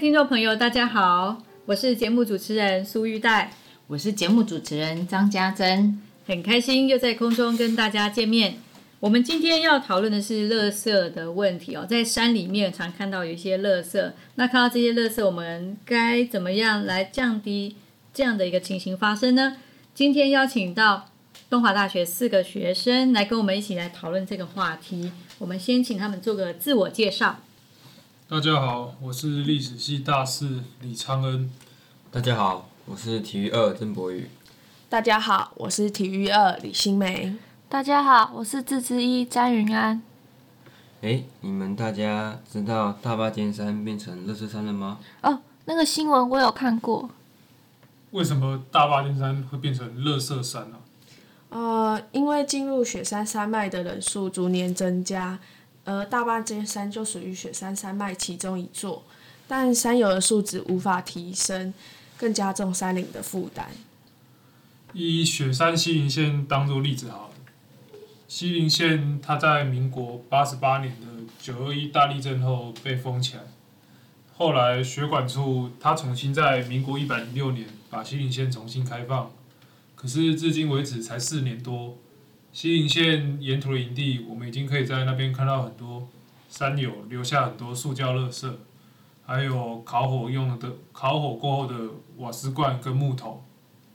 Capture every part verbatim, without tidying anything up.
听众朋友大家好，我是节目主持人苏玉黛， 我是节目主持人张家珍， 很开心又在空中跟大家见面。我们今天要讨论的是垃圾的问题哦，在山里面常看到有一些垃圾，那看到这些垃圾我们该怎么样来降低这样的一个情形发生呢？今天邀请到东华大学四个学生来跟我们一起来讨论这个话题。我们先请他们做个自我介绍。 大家好，我是历史系大四李昌恩。 大家好，我是体育二曾博宇。 大家好，我是体育二李新梅。 大家好，我是自治一詹云安。 哎，你们大家知道大霸尖山变成垃圾山了吗？ 哦，那个新闻我有看过。 为什么大霸尖山会变成垃圾山呢、 啊？呃，因为进入雪山山脉的人数逐年增加，而大霸尖山就属于雪山山脉其中一座，但山友的素质无法提升，更加重山林的负担。 以雪山西林线当作例子好了，西林线它在民国八十八年的九二一大地震后被封起来，后来雪管处它重新在民国一百零六年把西林线重新开放，可是至今为止才四年多，西林线沿途的营地，我们已经可以在那边看到很多山友留下很多塑胶垃圾，还有烤火用的烤火过后的瓦斯罐跟木头。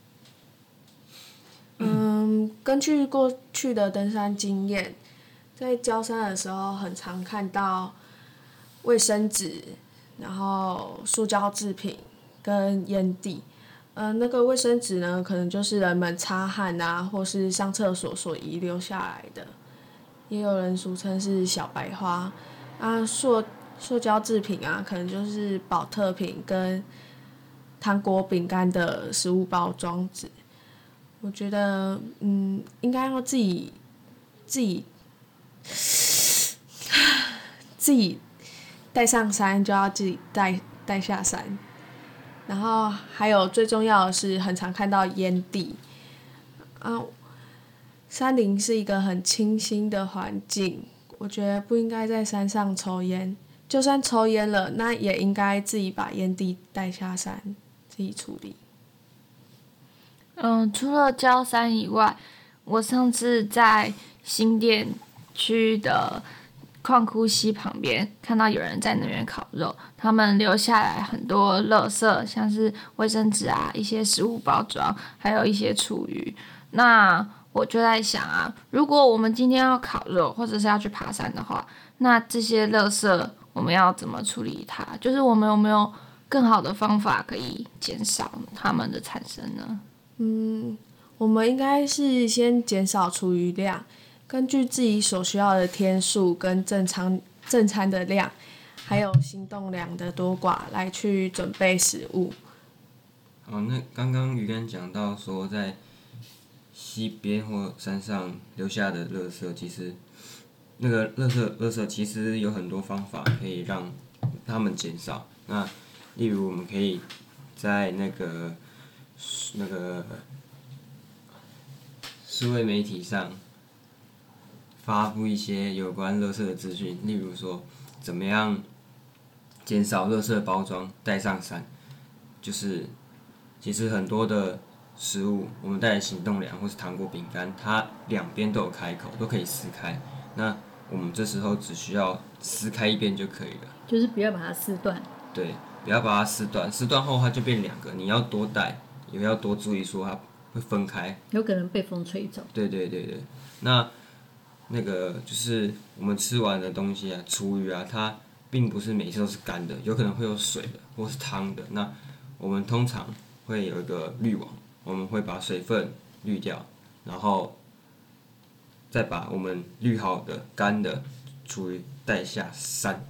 嗯，根据过去的登山经验，在郊山的时候，很常看到卫生纸，然后塑胶制品跟烟蒂。呃，那个卫生纸呢，可能就是人们擦汗啊，或是上厕所所遗留下来的，也有人俗称是小白花。啊，塑塑胶制品啊，可能就是保特瓶跟糖果、饼干的食物包装纸。我觉得，嗯，应该要自己自己自己带上山，就要自己带带下山。然后还有最重要的是，很常看到烟蒂啊。山林是一个很清新的环境，我觉得不应该在山上抽烟。就算抽烟了，那也应该自己把烟蒂带下山，自己处理。 嗯，除了郊山以外，我上次在新店区的矿窟溪旁边看到有人在那边烤肉，他们留下来很多垃圾，像是卫生纸啊、一些食物包装，还有一些厨余。那我就在想啊，如果我们今天要烤肉，或者是要去爬山的话，那这些垃圾我们要怎么处理它？就是我们有没有更好的方法可以减少它们的产生呢？ 嗯，我们应该是先减少厨余量，根据自己所需要的天数跟正常正餐的量，还有行动量的多寡来去准备食物。 好，那刚刚鱼竿讲到说，在溪边或山上留下的垃圾，其实那个垃圾垃圾其实有很多方法可以让它们减少。那例如我们可以在那个那个数位媒体上发布一些有关垃圾的资讯，例如说怎么样减少垃圾包装带上山，就是其实很多的食物，我们带的行动粮或是糖果、饼干，它两边都有开口，都可以撕开。那我们这时候只需要撕开一边就可以了， 就是不要把它撕断。 对，不要把它撕断，撕断后它就变两个，你要多带。也要多注意说它会分开， 有可能被风吹走。 对对对对，那那个就是我们吃完的东西啊，厨余啊，它并不是每次都是干的，有可能会有水的或是汤的。那我们通常会有一个滤网，我们会把水分滤掉，然后再把我们滤好的干的厨余带下山。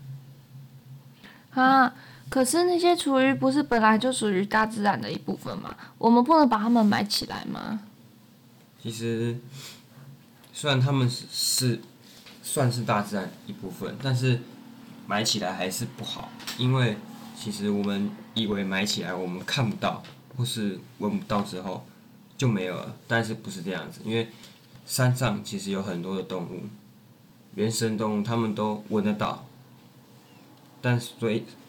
啊。可是那些厨余不是本来就属于大自然的一部分吗？我们不能把它们埋起来吗？ 其实，虽然它们是是算是大自然一部分，但是埋起来还是不好，因为其实我们以为埋起来我们看不到或是闻不到之后就没有了，但是不是这样子，因为山上其实有很多的动物，原生动物它们都闻得到，但所以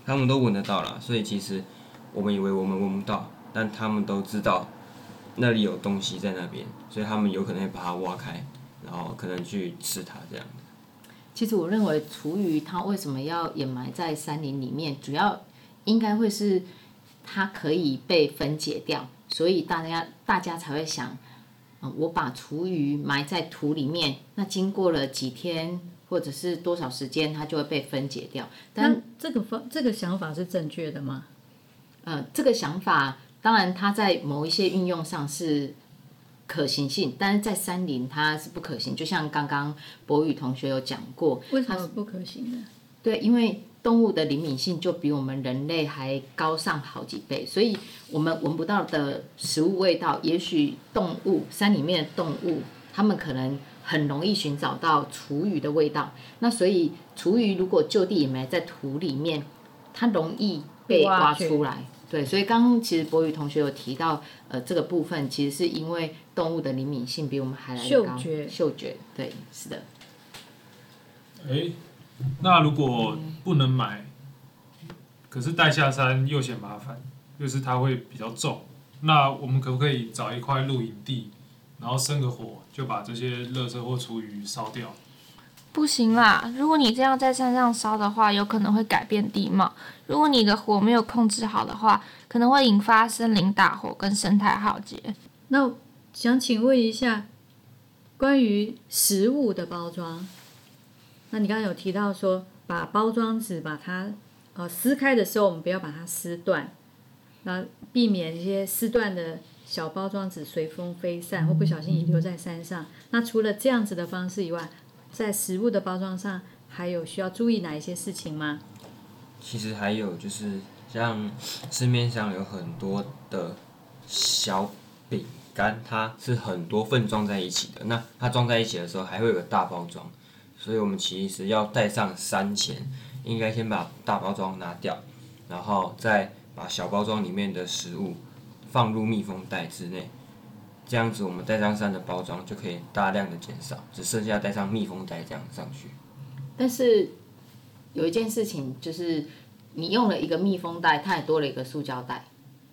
他们都闻得到啦，所以其实我们以为我们闻不到，但他们都知道那里有东西在那边，所以他们有可能会把它挖开，然后可能去吃它这样。 其实我认为厨余它为什么要掩埋在山林里面，主要应该会是它可以被分解掉，所以大家大家才会想，嗯，我把厨余埋在土里面，那经过了几天或者是多少时间，它就会被分解掉。但那这个方这个想法是正确的吗？ 呃，这个想法当然它在某一些运用上是可行性，但是在山林它是不可行。就像刚刚博宇同学有讲过， 为什么不可行呢？ 对，因为动物的灵敏性就比我们人类还高上好几倍，所以我们闻不到的食物味道，也许动物山里面的动物，它们可能很容易寻找到厨余的味道。那所以厨余如果就地掩埋在土里面，它容易被挖出来。对，所以刚刚其实博宇同学有提到，呃，这个部分其实是因为动物的灵敏性比我们还来得高， 嗅觉， 嗅觉，对，是的。 哎，那如果不能买，可是带下山又嫌麻烦，就是它会比较重，那我们可不可以找一块露营地，然后生个火，就把这些垃圾或厨余烧掉？ 不行啦，如果你这样在山上烧的话，有可能会改变地貌。如果你的火没有控制好的话，可能会引发森林大火跟生态浩劫。 那想请问一下，关于食物的包装，那你刚刚有提到说，把包装纸把它呃撕开的时候，我们不要把它撕断，那避免一些撕断的小包装纸随风飞散，或不小心遗留在山上。那除了这样子的方式以外，在食物的包装上，还有需要注意哪一些事情吗？ 其实还有就是像市面上有很多的小饼干，它是很多份装在一起的。那它装在一起的时候，还会有个大包装，所以我们其实要带上山前，应该先把大包装拿掉，然后再把小包装里面的食物放入密封袋之内。这样子，我们带上山的包装就可以大量的减少，只剩下带上密封袋这样上去。 但是有一件事情就是，你用了一个密封袋，它也多了一个塑胶袋。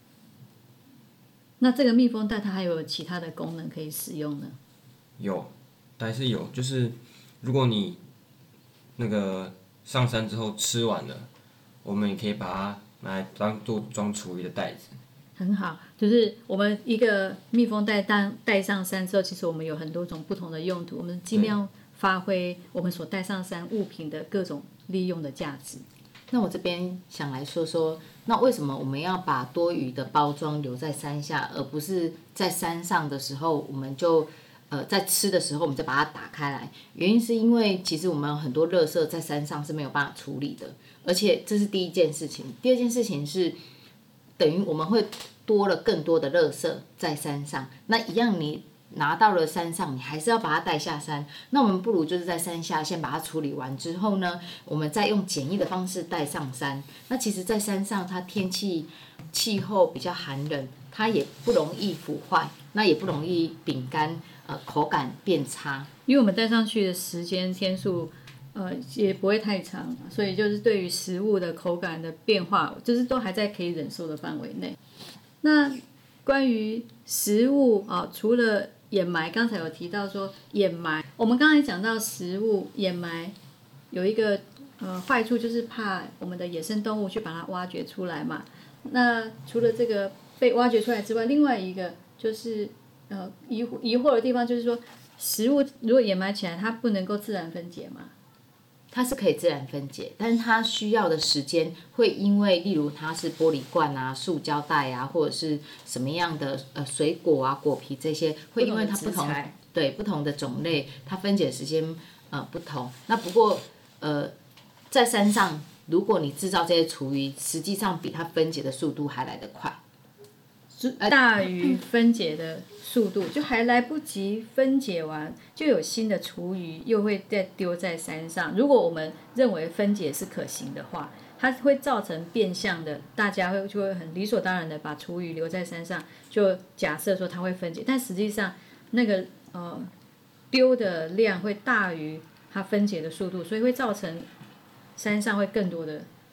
那这个密封袋它还有其他的功能可以使用呢？ 有，还是有，就是如果你那个上山之后吃完了，我们也可以把它拿来当做装厨余的袋子。 很好，就是我们一个密封袋带带上山之后，其实我们有很多种不同的用途，我们尽量发挥我们所带上山物品的各种利用的价值。 那我这边想来说说，那为什么我们要把多余的包装留在山下，而不是在山上的时候我们就呃在吃的时候我们再把它打开来？原因是因为其实我们有很多垃圾在山上是没有办法处理的，而且这是第一件事情。第二件事情是，等于我们会多了更多的垃圾在山上，那一样你拿到了山上，你还是要把它带下山。那我们不如就是在山下先把它处理完之后呢，我们再用简易的方式带上山。那其实，在山上它天气气候比较寒冷，它也不容易腐坏，那也不容易饼干呃口感变差。 因为我们带上去的时间天数，呃，也不会太长，所以就是对于食物的口感的变化，就是都还在可以忍受的范围内。那关于食物啊，除了掩埋，刚才有提到说掩埋，我们刚才讲到食物掩埋有一个呃坏处，就是怕我们的野生动物去把它挖掘出来嘛。那除了这个被挖掘出来之外，另外一个就是呃疑疑惑的地方，就是说食物如果掩埋起来，它不能够自然分解嘛？ 它是可以自然分解，但是它需要的时间会因为，例如它是玻璃罐啊、塑胶袋啊，或者是什么样的呃水果啊、果皮这些，会因为它不同对不同的种类，它分解的时间呃不同。那不过呃在山上，如果你制造这些厨余，实际上比它分解的速度还来得快。 大于分解的速度，就还来不及分解完，就有新的厨余又会再丢在山上。如果我们认为分解是可行的话，它会造成变相的，大家会就会很理所当然的把厨余留在山上，就假设说它会分解，但实际上那个呃丢的量会大于它分解的速度，所以会造成山上会更多的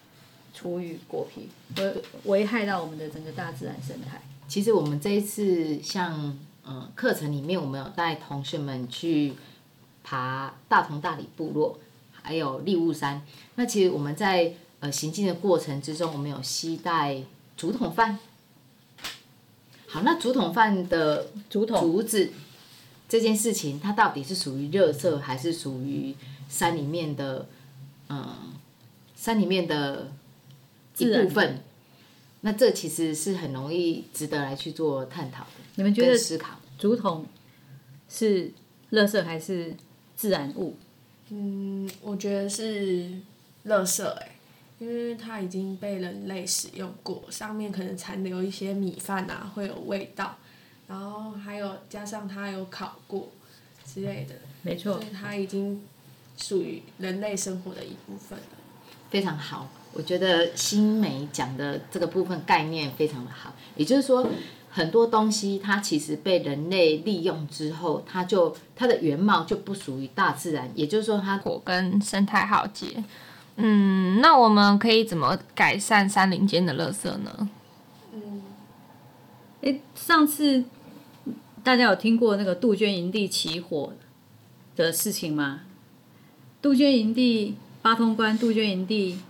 厨余果皮，会危害到我们的整个大自然生态。 其实我们这一次像呃课程里面，我们有带同学们去爬大同大理部落，还有利雾山。那其实我们在呃行进的过程之中，我们有携带竹筒饭。好，那竹筒饭的竹筒竹子这件事情，它到底是属于垃圾，还是属于山里面的嗯山里面的一部分？那这其实是很容易值得来去做探讨的。 你们觉得思考竹筒是垃圾还是自然物？ 嗯，我觉得是垃圾哎、因为它已经被人类使用过，上面可能残留一些米饭啊，会有味道，然后还有加上它有烤过之类的， 没错所以它已经属于人类生活的一部分了。 非常好，我觉得新梅讲的这个部分概念非常的好，也就是说，很多东西它其实被人类利用之后，它就它的原貌就不属于大自然，也就是说它火跟生态浩劫。嗯，那我们可以怎么改善山林间的垃圾呢？ 嗯， 哎，上次大家有听过那个杜鹃营地起火的事情吗？杜鹃营地八通关杜鹃营地，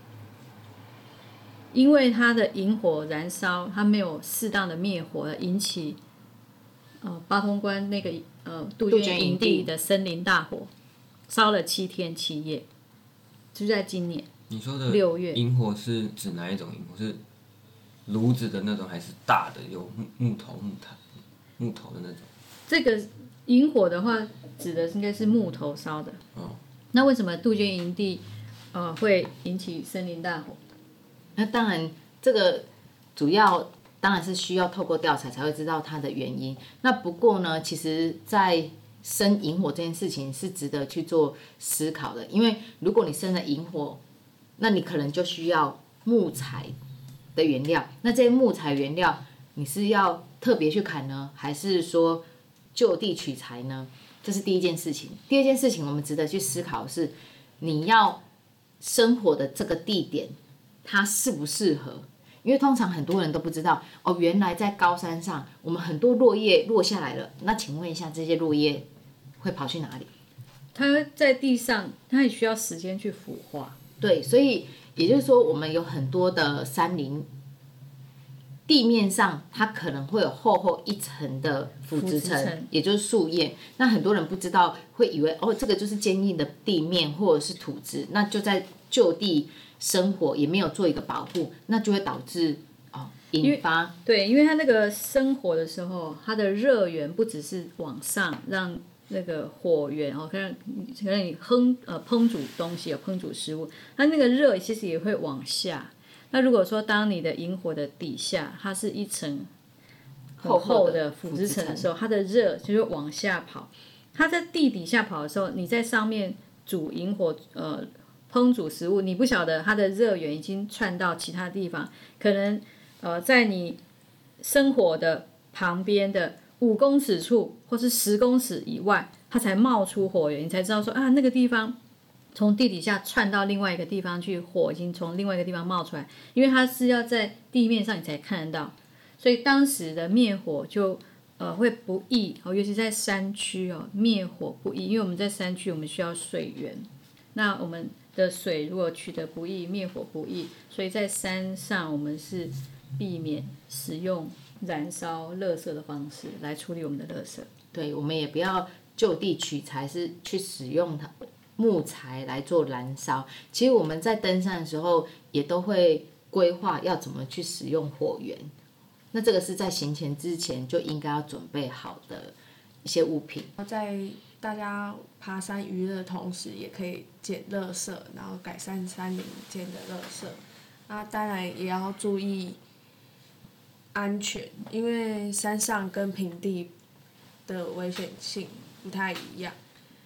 因为它的引火燃烧，它没有适当的灭火，引起呃八通关那个呃杜鹃营地的森林大火，烧了七天七夜，就在今年。 你说的六月萤火是指哪一种萤火？是炉子的那种，还是大的有木木头、木炭、木头的那种？ 这个引火的话，指的应该是木头烧的。 哦。 那为什么杜鹃营地呃会引起森林大火？ 那当然这个主要当然是需要透过调查才会知道它的原因。那不过呢，其实，在生引火这件事情是值得去做思考的，因为如果你生了引火，那你可能就需要木材的原料。那这些木材原料，你是要特别去砍呢，还是说就地取材呢？这是第一件事情。第二件事情，我们值得去思考的是，你要生活的这个地点，它适不适合？因为通常很多人都不知道哦，原来在高山上，我们很多落叶落下来了。那请问一下，这些落叶会跑去哪里？ 它在地上，它也需要时间去腐化。 对，所以也就是说，我们有很多的山林，地面上它可能会有厚厚一层的腐殖层， 腐殖层也就是树叶。那很多人不知道，会以为哦，这个就是坚硬的地面或者是土质，那就在就地生活，也没有做一个保护，那就会导致哦引发。 对，因为它那个生火的时候，它的热源不只是往上让那个火源哦，可能可能你烹呃烹煮东西有烹煮食物，它那个热其实也会往下。那如果说当你的引火的底下，它是一层厚厚的腐殖层的时候，它的热就会往下跑。它在地底下跑的时候，你在上面煮引火呃烹煮食物，你不晓得它的热源已经窜到其他地方，可能呃在你生火的旁边的五公尺处或是十公尺以外，它才冒出火源，你才知道说啊那个地方从地底下窜到另外一个地方去，火已经从另外一个地方冒出来，因为它是要在地面上你才看得到，所以当时的灭火就呃会不易哦，尤其在山区哦，灭火不易，因为我们在山区我们需要水源，那我们的水如果取得不易，灭火不易，所以在山上我们是避免使用燃烧垃圾的方式来处理我们的垃圾。 对，我们也不要就地取材，是去使用它木材来做燃烧。其实我们在登山的时候，也都会规划要怎么去使用火源。那这个是在行前之前就应该要准备好的一些物品。 在大家爬山娱乐的同时，也可以捡垃圾，然后改善山林间的垃圾。那当然也要注意安全，因为山上跟平地的危险性不太一样。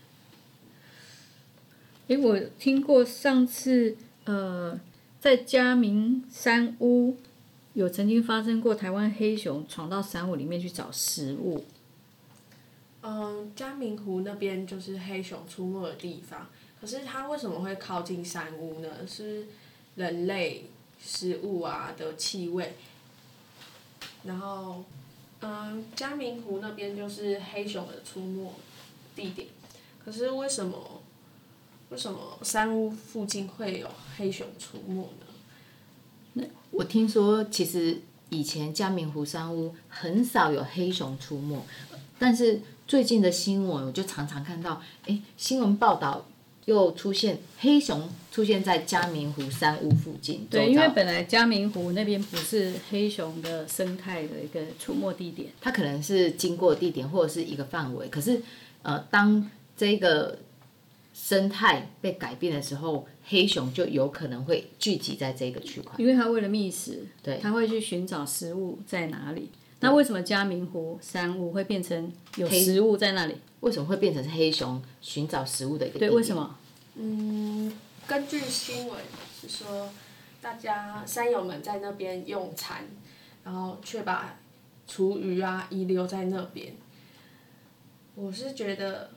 诶，我听过上次呃，在嘉明山屋有曾经发生过台湾黑熊闯到山屋里面去找食物。 嗯，嘉明湖那边就是黑熊出没的地方，可是它为什么会靠近山屋呢？是人类食物啊的气味。然后，嗯，嘉明湖那边就是黑熊的出没地点。可是为什么为什么山屋附近会有黑熊出没呢？ 我听说其实以前嘉明湖山屋很少有黑熊出没，但是最近的新闻我就常常看到，哎，新闻报道又出现黑熊出现在嘉明湖山屋附近。 对，因为本来嘉明湖那边不是黑熊的生态的一个出没地点， 它可能是经过地点或者是一个范围，可是呃，当这个生态被改变的时候，黑熊就有可能会聚集在这个区块， 因为它为了觅食， 对， 它会去寻找食物在哪里。那为什么嘉明湖山屋会变成有食物在那里？ 为什么会变成是黑熊寻找食物的一个地点？ 对，为什么？ 嗯，根据新闻是说，大家山友们在那边用餐，然后却把厨余啊遗留在那边。我是觉得，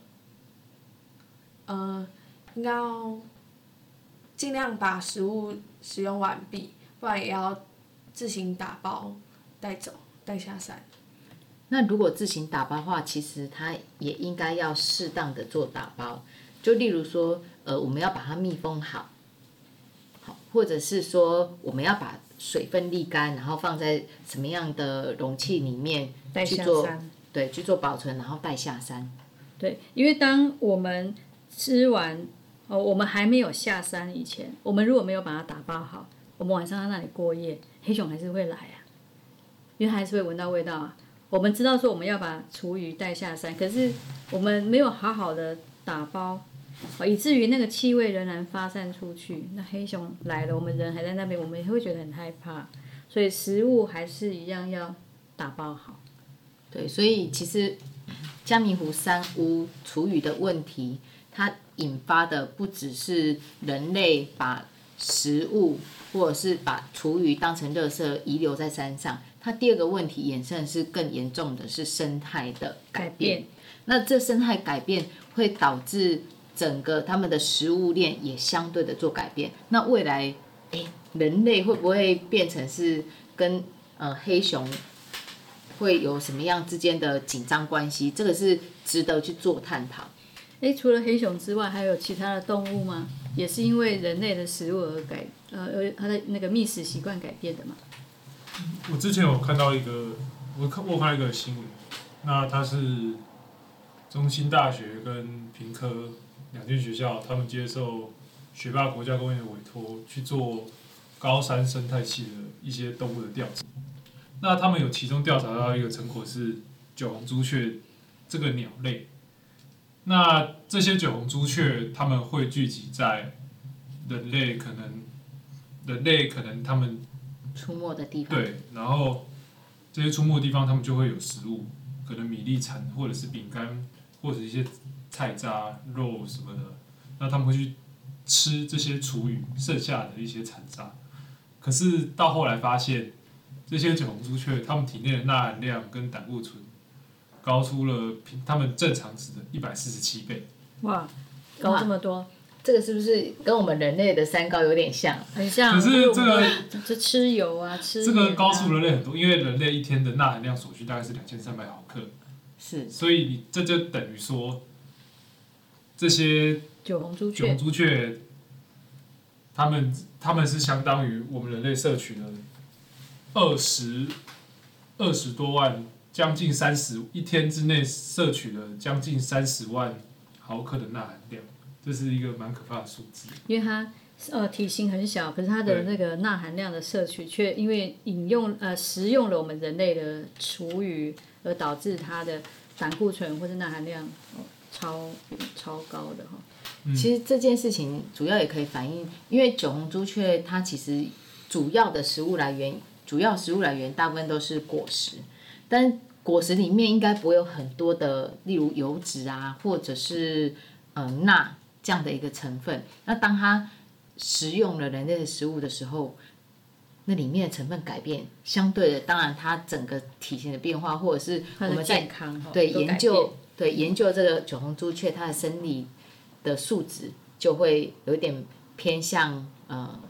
呃，应该要尽量把食物使用完毕，不然也要自行打包带走带下山。 那如果自行打包的话，其实它也应该要适当的做打包，就例如说，呃，我们要把它密封好，好，或者是说我们要把水分沥干，然后放在什么样的容器里面去做，对，去做保存，然后带下山。 对，因为当我们吃完，哦，我们还没有下山以前，我们如果没有把它打包好，我们晚上在那里过夜，黑熊还是会来啊，因为它还是会闻到味道啊。我们知道说我们要把厨余带下山，可是我们没有好好的打包，以至于那个气味仍然发散出去。那黑熊来了，我们人还在那边，我们也会觉得很害怕。所以食物还是一样要打包好。 对，所以其实嘉明湖山屋厨余的问题，它引发的不只是人类把食物或者是把厨余当成垃圾遗留在山上，它第二个问题衍生的是更严重的是生态的改变。改变那这生态改变会导致整个他们的食物链也相对的做改变。那未来，哎，人类会不会变成是跟呃黑熊会有什么样之间的紧张关系？这个是值得去做探讨。 哎，除了黑熊之外，还有其他的动物吗？也是因为人类的食物而改，呃，而它的那个觅食习惯改变的嘛？ 我之前有看到一个，我看我看到一个新闻，那它是中兴大学跟屏科两间学校，他们接受学霸国家公园的委托去做高山生态系的一些动物的调查。那他们有其中调查到一个成果是九红朱雀这个鸟类。那这些九红朱雀，它们会聚集在人类可能，人类可能他们出没的地方。 对，然后这些出没的地方，他们就会有食物，可能米粒残或者是饼干，或者一些菜渣、肉什么的。那他们会去吃这些厨余剩下的一些残渣。可是到后来发现，这些九红朱雀，它们体内的钠含量跟胆固醇高出了他们正常值的一百四十七倍。 哇，高这么多！ 这个是不是跟我们人类的三高有点像？ 很像。 可是这个这吃油啊，吃、啊、 这个高出人类很多，因为人类一天的钠含量所需大概是两千三百毫克。 是。 所以你这就等于说，这些九红朱雀， 九红朱雀，他们他们是相当于我们人类摄取了二十二十多万。将近三十一天之内摄取了将近三十万毫克的钠含量，这是一个蛮可怕的数字。 因为它呃体型很小，可是它的那个钠含量的摄取却因为饮用呃食用了我们人类的厨余，而导致它的胆固醇或是钠含量、哦、超超高的哈、 嗯。其实这件事情主要也可以反映，因为九红朱雀它其实主要的食物来源，主要食物来源大部分都是果实。但果实里面应该不会有很多的，例如油脂啊，或者是呃钠这样的一个成分。那当它食用了人类的食物的时候，那里面的成分改变，相对的，当然它整个体型的变化，或者是我们在对研究对研究这个九红朱雀它的生理的数值，就会有点偏向呃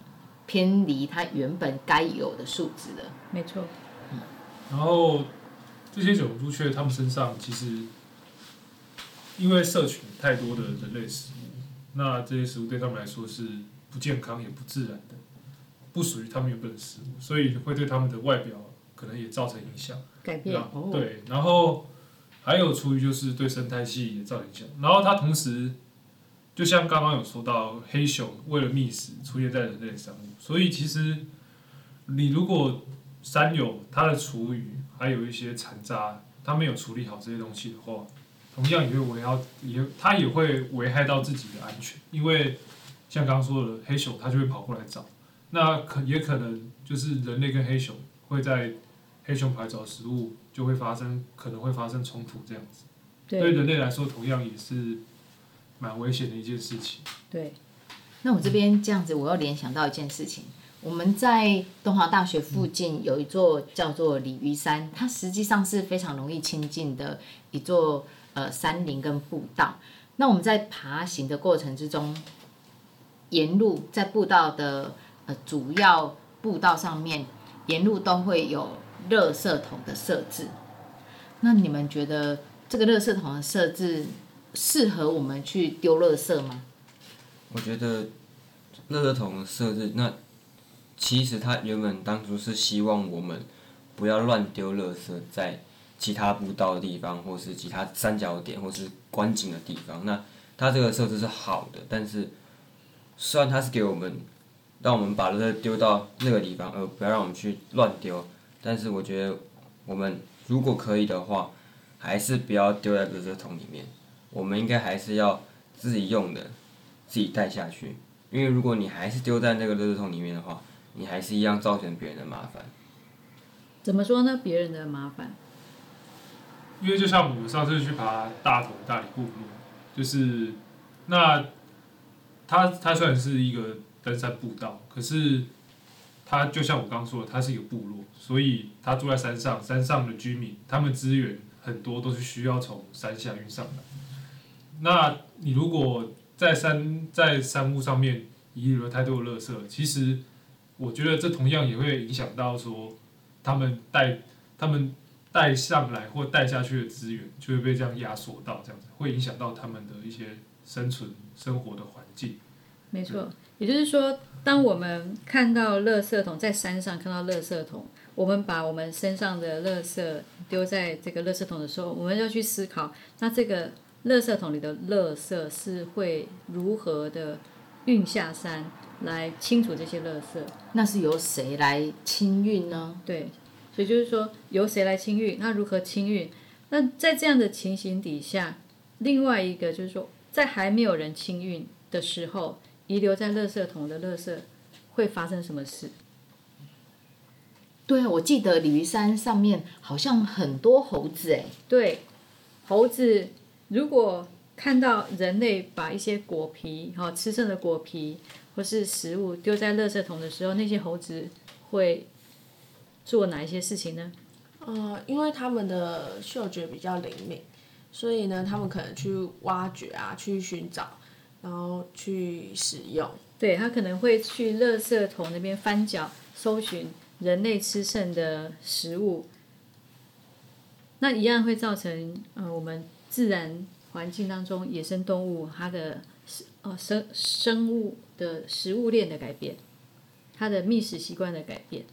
偏离它原本该有的数值了。 没错。 然后这些九龙朱雀，它们身上其实因为摄取太多的人类食物，那这些食物对他们来说是不健康也不自然的，不属于他们原本的食物，所以会对他们的外表可能也造成影响。 改变。 对，然后还有厨余就是对生态系也造成影响。然后它同时，就像刚刚有说到，黑熊为了觅食出现在人类的山屋，所以其实你如果山友它的厨余还有一些残渣，它没有处理好这些东西的话，同样也会危害，也它也会危害到自己的安全，因为像刚刚说的，黑熊它就会跑过来找，那可也可能就是人类跟黑熊会在黑熊跑来找食物，就会发生可能会发生冲突这样子。 对， 对人类来说，同样也是蛮危险的一件事情。 对。 那我这边这样子，我又联想到一件事情。我们在东华大学附近有一座叫做鲤鱼山，它实际上是非常容易亲近的一座呃山林跟步道。那我们在爬行的过程之中，沿路在步道的呃主要步道上面，沿路都会有垃圾桶的设置。那你们觉得这个垃圾桶的设置适合我们去丢垃圾吗？ 我觉得垃圾桶的设置，那其实它原本当初是希望我们不要乱丢垃圾在其他步道的地方，或是其他三角点，或是观景的地方。那它这个设置是好的，但是虽然它是给我们让我们把垃圾丢到那个地方，而不要让我们去乱丢，但是我觉得我们如果可以的话，还是不要丢在垃圾桶里面。我们应该还是要自己用的，自己带下去。因为如果你还是丢在那个垃圾桶里面的话，你还是一样造成别人的麻烦。 怎么说呢？别人的麻烦。 因为就像我们上次去爬大同大理部落，就是那它它虽然是一个登山步道，可是它就像我刚刚说的，它是一个部落，所以它住在山上，山上的居民他们资源很多都是需要从山下运上来。那你如果在山在山屋上面遗留了太多的垃圾，其实我觉得这同样也会影响到说他们带他们带上来或带下去的资源就会被这样压缩到，这样子会影响到他们的一些生存生活的环境。 没错，也就是说，当我们看到垃圾桶在山上看到垃圾桶，我们把我们身上的垃圾丢在这个垃圾桶的时候，我们要去思考，那这个垃圾桶里的垃圾是会如何的运下山来清除这些垃圾？ 那是由谁来清运呢？ 对，所以就是说由谁来清运？那如何清运？那在这样的情形底下，另外一个就是说，在还没有人清运的时候，遗留在垃圾桶的垃圾会发生什么事？ 对啊，我记得鲤鱼山上面好像很多猴子哎。 对，猴子如果看到人类把一些果皮、哈、哦、吃剩的果皮或是食物丢在垃圾桶的时候，那些猴子会做哪一些事情呢？ 呃，因为他们的嗅觉比较灵敏，所以呢，他们可能去挖掘啊，去寻找，然后去使用。 对，他可能会去垃圾桶那边翻搅，搜寻人类吃剩的食物，那一样会造成呃我们自然环境当中野生动物它的呃生生物的食物链的改变，它的觅食习惯的改变。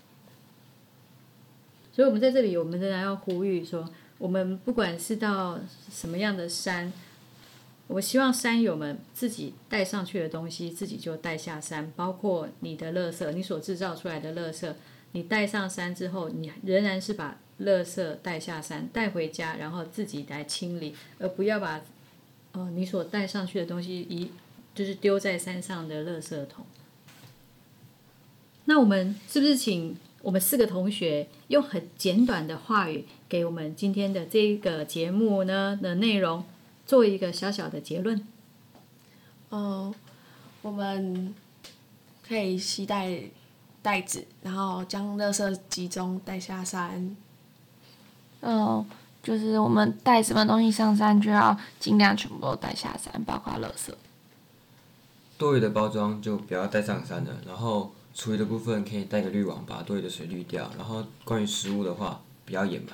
所以我们在这里，我们仍然要呼吁说，我们不管是到什么样的山，我希望山友们自己带上去的东西自己就带下山，包括你的垃圾，你所制造出来的垃圾，你带上山之后，你仍然是把垃圾带下山，带回家，然后自己来清理，而不要把呃你所带上去的东西一就是丢在山上的垃圾桶。那我们是不是请我们四个同学用很简短的话语，给我们今天的这个节目呢的内容做一个小小的结论？ 嗯，我们可以携带袋子，然后将垃圾集中带下山。 嗯，就是我们带什么东西上山，就要尽量全部都带下山，包括垃圾。 多余的包装就不要带上山了，然后厨余的部分可以带个滤网把多余的水滤掉，然后关于食物的话不要掩埋。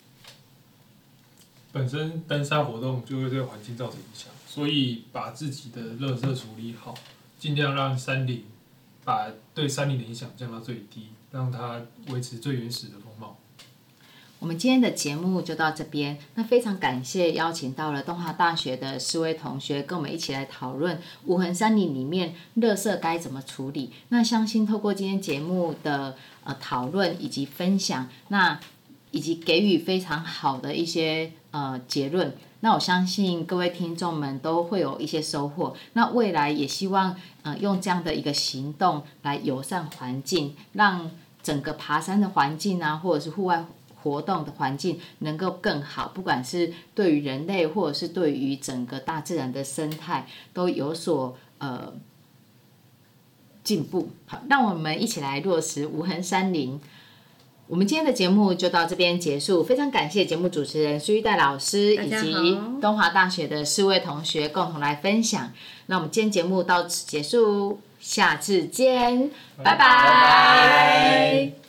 本身登山活动就会对环境造成影响，所以把自己的垃圾处理好，尽量让山林把对山林的影响降到最低，让它维持最原始的风貌。 我们今天的节目就到这边，那非常感谢邀请到了东华大学的四位同学跟我们一起来讨论无痕山林里面垃圾该怎么处理。那相信透过今天节目的呃讨论以及分享，那以及给予非常好的一些呃结论，那我相信各位听众们都会有一些收获。那未来也希望呃用这样的一个行动来友善环境，让整个爬山的环境啊，或者是户外活动的环境能够更好，不管是对于人类或者是对于整个大自然的生态都有所呃进步。好，让我们一起来落实无痕山林。我们今天的节目就到这边结束，非常感谢节目主持人苏玉岱老师以及东华大学的四位同学共同来分享。那我们今天节目到此结束，下次见，拜拜。